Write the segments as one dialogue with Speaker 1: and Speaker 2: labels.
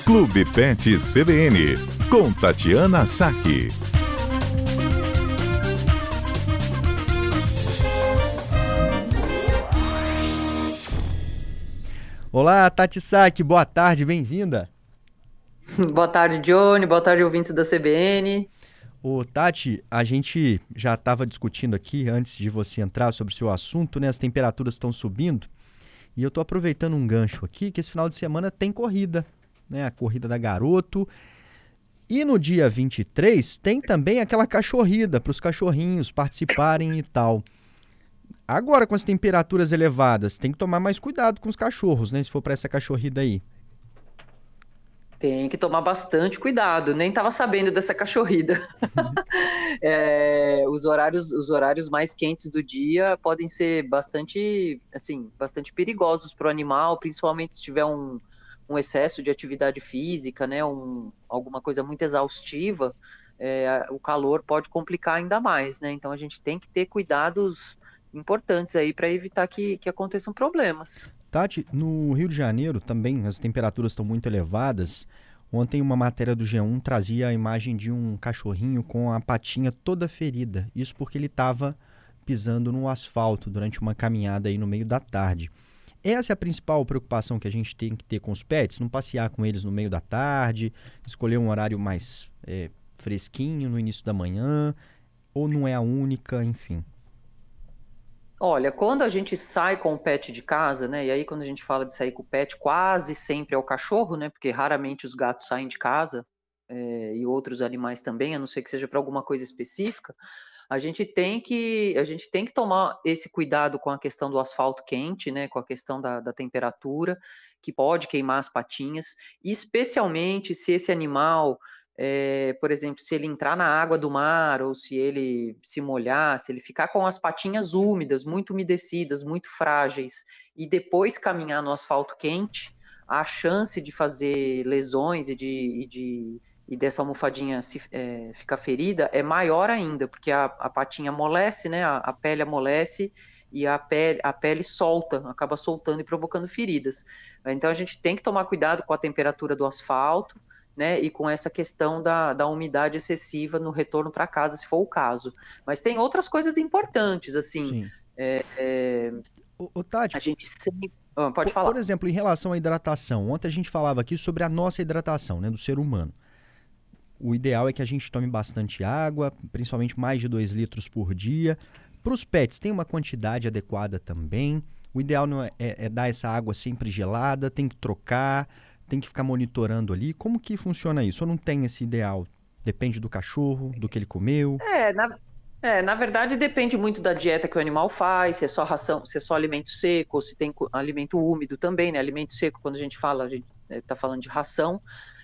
Speaker 1: Clube Pet CBN, com Tatiana Saque.
Speaker 2: Olá, Tati Saque, boa tarde, bem-vinda.
Speaker 3: Boa tarde, Johnny, boa tarde, ouvintes da CBN.
Speaker 2: Ô, Tati, a gente já estava discutindo aqui, antes de você entrar, sobre o seu assunto, né? As temperaturas estão subindo e eu estou aproveitando um gancho aqui, que esse final de semana tem corrida, né? A corrida da Garoto. E no dia 23 tem também aquela cachorrida para os cachorrinhos participarem e tal. Agora, com as temperaturas elevadas, tem que tomar mais cuidado com os cachorros, né? Se for para essa cachorrida aí.
Speaker 3: Tem que tomar bastante cuidado, nem estava sabendo dessa cachorrida. Os horários mais quentes do dia podem ser bastante perigosos para o animal, principalmente se tiver um excesso de atividade física, né? Alguma coisa muito exaustiva, o calor pode complicar ainda mais, né? Então a gente tem que ter cuidados importantes aí para evitar que aconteçam problemas.
Speaker 2: Tati, no Rio de Janeiro também as temperaturas estão muito elevadas. Ontem uma matéria do G1 trazia a imagem de um cachorrinho com a patinha toda ferida. Isso porque ele estava pisando no asfalto durante uma caminhada aí no meio da tarde. Essa é a principal preocupação que a gente tem que ter com os pets, não passear com eles no meio da tarde, escolher um horário mais fresquinho no início da manhã, ou não é a única, enfim.
Speaker 3: Olha, quando a gente sai com o pet de casa, né? E aí quando a gente fala de sair com o pet, quase sempre é o cachorro, né? Porque raramente os gatos saem de casa, e outros animais também, a não ser que seja para alguma coisa específica. A gente tem que tomar esse cuidado com a questão do asfalto quente, né? Com a questão da temperatura, que pode queimar as patinhas, especialmente se esse animal por exemplo, se ele entrar na água do mar ou se ele se molhar, se ele ficar com as patinhas úmidas, muito umedecidas, muito frágeis, e depois caminhar no asfalto quente, a chance de fazer lesões e dessa almofadinha ficar ferida é maior ainda, porque a patinha amolece, né? A pele amolece e a pele solta, acaba soltando e provocando feridas. Então a gente tem que tomar cuidado com a temperatura do asfalto, né, e com essa questão da umidade excessiva no retorno para casa, se for o caso. Mas tem outras coisas importantes, assim,
Speaker 2: Sim. Tati,
Speaker 3: a gente sempre... Pode
Speaker 2: por
Speaker 3: falar.
Speaker 2: exemplo, em relação à hidratação, ontem a gente falava aqui sobre a nossa hidratação, né, do ser humano. O ideal é que a gente tome bastante água, principalmente mais de 2 litros por dia. Para os pets, tem uma quantidade adequada também. O ideal não é dar essa água sempre gelada, tem que trocar, tem que ficar monitorando ali. Como que funciona isso? Ou não tem esse ideal? Depende do cachorro, do que ele comeu?
Speaker 3: Na verdade depende muito da dieta que o animal faz, se é só ração, se é só alimento seco, ou se tem alimento úmido também, né? Alimento seco, quando a gente está falando de ração,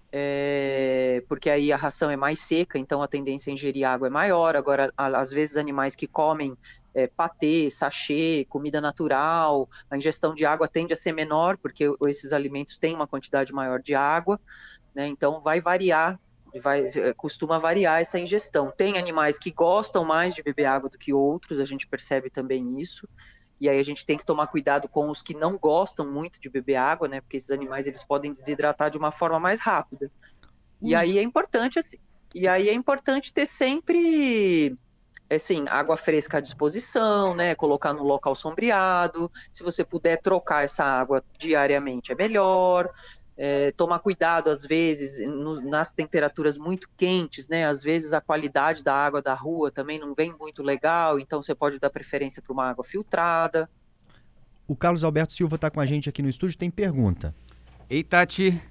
Speaker 3: porque aí a ração é mais seca, então a tendência a ingerir água é maior. Agora, às vezes, animais que comem patê, sachê, comida natural, a ingestão de água tende a ser menor, porque esses alimentos têm uma quantidade maior de água, né? Então vai variar, costuma variar essa ingestão. Tem animais que gostam mais de beber água do que outros, a gente percebe também isso. E aí a gente tem que tomar cuidado com os que não gostam muito de beber água, né? Porque esses animais eles podem desidratar de uma forma mais rápida. E aí é importante ter sempre água fresca à disposição, né? Colocar no local sombreado. Se você puder trocar essa água diariamente é melhor. Tomar cuidado, às vezes, nas temperaturas muito quentes, né? Às vezes a qualidade da água da rua também não vem muito legal, então você pode dar preferência para uma água filtrada.
Speaker 2: O Carlos Alberto Silva está com a gente aqui no estúdio, tem pergunta.
Speaker 4: Ei, Tati.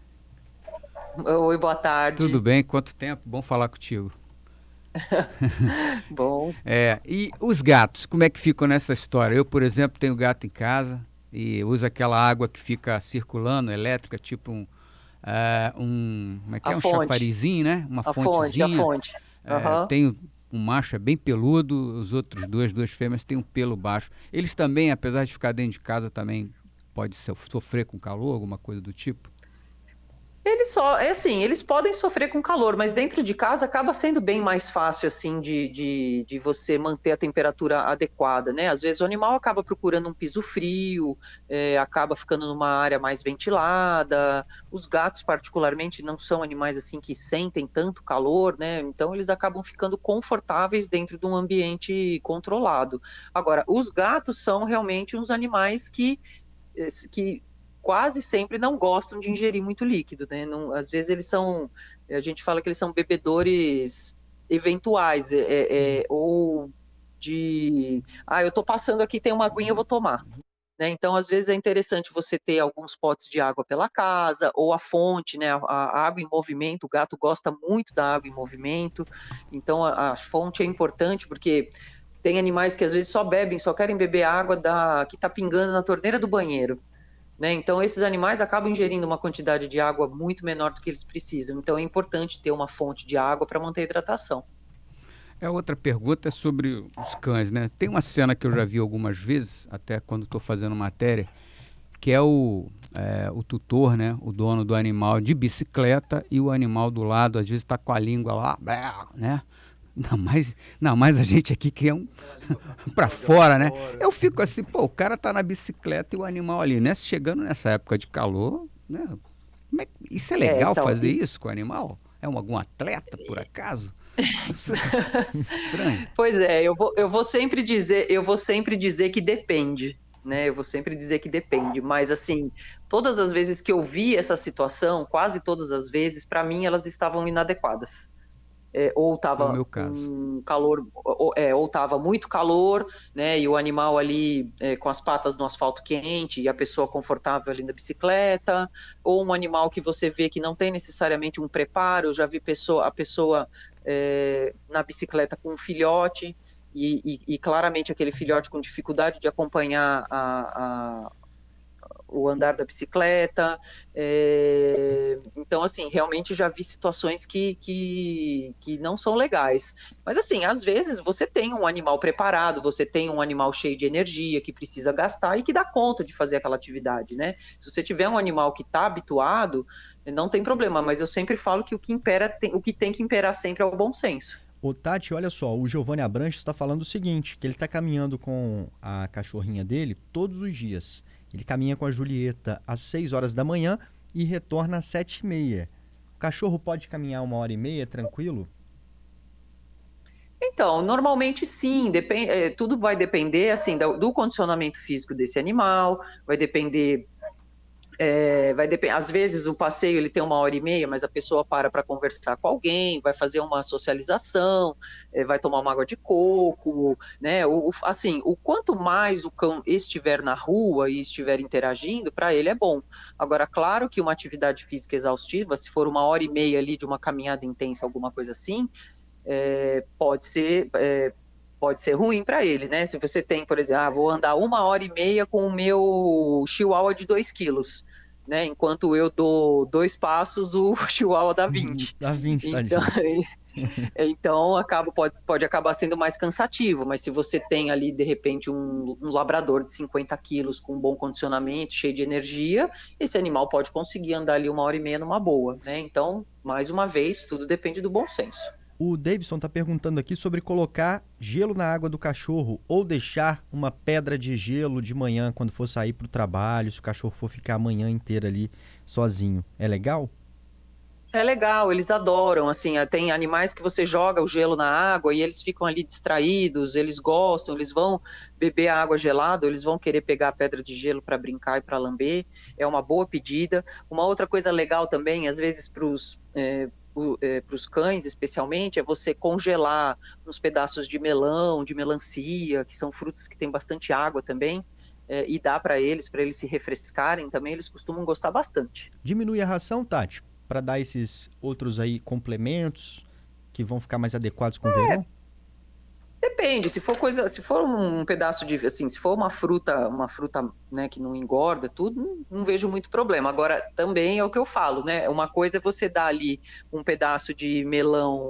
Speaker 3: Oi, boa tarde.
Speaker 4: Tudo bem? Quanto tempo? Bom falar contigo.
Speaker 3: Bom.
Speaker 4: E os gatos, como é que ficam nessa história? Eu, por exemplo, tenho gato em casa e uso aquela água que fica circulando, elétrica, tipo um chafarizinho, né? Uma fontezinha.
Speaker 3: A fonte.
Speaker 4: Tenho um macho é bem peludo, os outros duas fêmeas têm um pelo baixo. Eles também, apesar de ficar dentro de casa, também pode sofrer com calor, alguma coisa do tipo?
Speaker 3: Eles podem sofrer com calor, mas dentro de casa acaba sendo bem mais fácil, assim, de você manter a temperatura adequada, né? Às vezes o animal acaba procurando um piso frio, acaba ficando numa área mais ventilada. Os gatos, particularmente, não são animais, assim, que sentem tanto calor, né? Então eles acabam ficando confortáveis dentro de um ambiente controlado. Agora, os gatos são realmente uns animais que quase sempre não gostam de ingerir muito líquido, né? Não, às vezes a gente fala que eles são bebedores eventuais, ou eu tô passando aqui, tem uma aguinha, eu vou tomar. Né? Então, às vezes é interessante você ter alguns potes de água pela casa, ou a fonte, né? A água em movimento, o gato gosta muito da água em movimento, então a fonte é importante, porque tem animais que às vezes só querem beber água que está pingando na torneira do banheiro. Né? Então, esses animais acabam ingerindo uma quantidade de água muito menor do que eles precisam. Então, é importante ter uma fonte de água para manter a hidratação.
Speaker 4: Outra pergunta é sobre os cães, né? Tem uma cena que eu já vi algumas vezes, até quando estou fazendo matéria, que é o tutor, né? O dono do animal de bicicleta e o animal do lado, às vezes está com a língua lá, né? Não, mas a gente aqui que é para fora, né? Eu fico assim, o cara tá na bicicleta e o animal ali, né? Chegando nessa época de calor, né? Isso é legal fazer isso com o animal? É algum atleta, por acaso? Estranho.
Speaker 3: Pois é, eu vou sempre dizer que depende, né? Eu vou sempre dizer que depende, mas assim, todas as vezes que eu vi essa situação, quase todas as vezes, para mim elas estavam inadequadas. Ou estava um calor, ou estava muito calor, né? E o animal ali com as patas no asfalto quente e a pessoa confortável ali na bicicleta, ou um animal que você vê que não tem necessariamente um preparo. Eu já vi a pessoa na bicicleta com um filhote e claramente aquele filhote com dificuldade de acompanhar o andar da bicicleta. Então, assim, realmente já vi situações que não são legais. Mas, assim, às vezes você tem um animal preparado, você tem um animal cheio de energia, que precisa gastar e que dá conta de fazer aquela atividade, né? Se você tiver um animal que está habituado, não tem problema, mas eu sempre falo que o que tem que imperar sempre é o bom senso.
Speaker 2: Ô Tati, olha só, o Giovanni Abranches está falando o seguinte, que ele está caminhando com a cachorrinha dele todos os dias. Ele caminha com a Julieta às 6 horas da manhã e retorna às 7h30. O cachorro pode caminhar 1h30, tranquilo?
Speaker 3: Então, normalmente sim, tudo vai depender assim do condicionamento físico desse animal, vai depender. Às vezes o passeio ele tem 1h30, mas a pessoa para conversar com alguém, vai fazer uma socialização, vai tomar uma água de coco, né? Assim, o quanto mais o cão estiver na rua e estiver interagindo, para ele é bom. Agora, claro que uma atividade física exaustiva, se for 1h30 ali de uma caminhada intensa, alguma coisa assim, pode ser ruim para ele, né? Se você tem, por exemplo, vou andar 1h30 com o meu chihuahua de 2 quilos, né? Enquanto eu dou 2 passos, o chihuahua dá 20.
Speaker 2: Dá 20,
Speaker 3: então pode acabar sendo mais cansativo, mas se você tem ali, de repente, um labrador de 50 quilos com um bom condicionamento, cheio de energia, esse animal pode conseguir andar ali 1h30 numa boa, né? Então, mais uma vez, tudo depende do bom senso.
Speaker 2: O Davidson está perguntando aqui sobre colocar gelo na água do cachorro ou deixar uma pedra de gelo de manhã quando for sair para o trabalho, se o cachorro for ficar a manhã inteira ali sozinho. É legal?
Speaker 3: É legal, eles adoram, assim, tem animais que você joga o gelo na água e eles ficam ali distraídos, eles gostam, eles vão beber a água gelada, eles vão querer pegar a pedra de gelo para brincar e para lamber, é uma boa pedida. Uma outra coisa legal também, às vezes para os cães especialmente, é você congelar uns pedaços de melão, de melancia, que são frutas que têm bastante água também, e dá para eles se refrescarem também, eles costumam gostar bastante.
Speaker 2: Diminui a ração, Tati, para dar esses outros aí complementos que vão ficar mais adequados com o verão?
Speaker 3: Depende, se for um pedaço de, assim, se for uma fruta, né, que não engorda tudo, não vejo muito problema. Agora, também é o que eu falo, né, uma coisa é você dar ali um pedaço de melão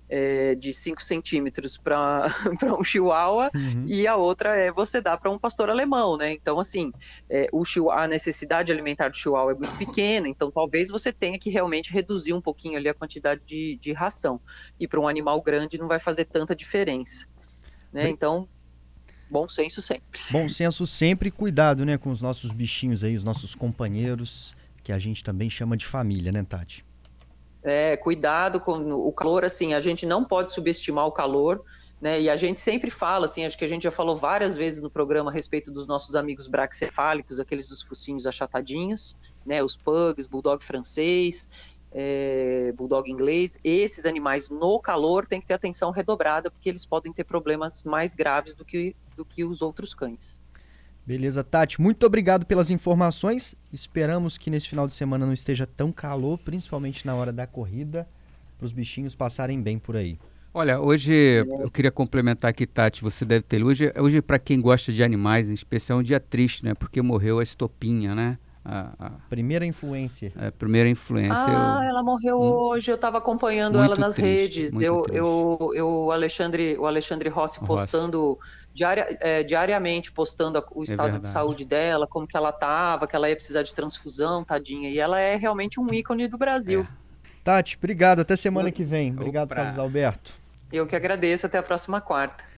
Speaker 3: de 5 centímetros para um chihuahua, e a outra é você dar para um pastor alemão, né? Então, assim, a necessidade alimentar do chihuahua é muito pequena, então talvez você tenha que realmente reduzir um pouquinho ali a quantidade de ração. E para um animal grande não vai fazer tanta diferença, né? Então, bom senso sempre.
Speaker 2: Bom senso sempre, cuidado, né, com os nossos bichinhos aí, os nossos companheiros, que a gente também chama de família, né, Tati?
Speaker 3: Cuidado com o calor, assim, a gente não pode subestimar o calor, né? E a gente sempre fala, assim, acho que a gente já falou várias vezes no programa a respeito dos nossos amigos braquicefálicos, aqueles dos focinhos achatadinhos, né? Os pugs, bulldog francês, bulldog inglês. Esses animais no calor têm que ter atenção redobrada, porque eles podem ter problemas mais graves do que os outros cães.
Speaker 2: Beleza, Tati, muito obrigado pelas informações. Esperamos que nesse final de semana não esteja tão calor, principalmente na hora da corrida, para os bichinhos passarem bem por aí.
Speaker 4: Olha, hoje eu queria complementar aqui, Tati, você deve ter. Hoje para quem gosta de animais, em especial, é um dia triste, né? Porque morreu a Estopinha, né? A
Speaker 2: primeira influencer.
Speaker 4: A primeira influencer.
Speaker 3: Ela morreu hoje, eu estava acompanhando ela nas redes. O Alexandre Rossi postando diariamente, postando o estado de saúde dela, como que ela estava, que ela ia precisar de transfusão, tadinha. E ela é realmente um ícone do Brasil.
Speaker 2: Tati, obrigado. Até semana que vem. Obrigado, Carlos Alberto.
Speaker 3: Eu que agradeço. Até a próxima quarta.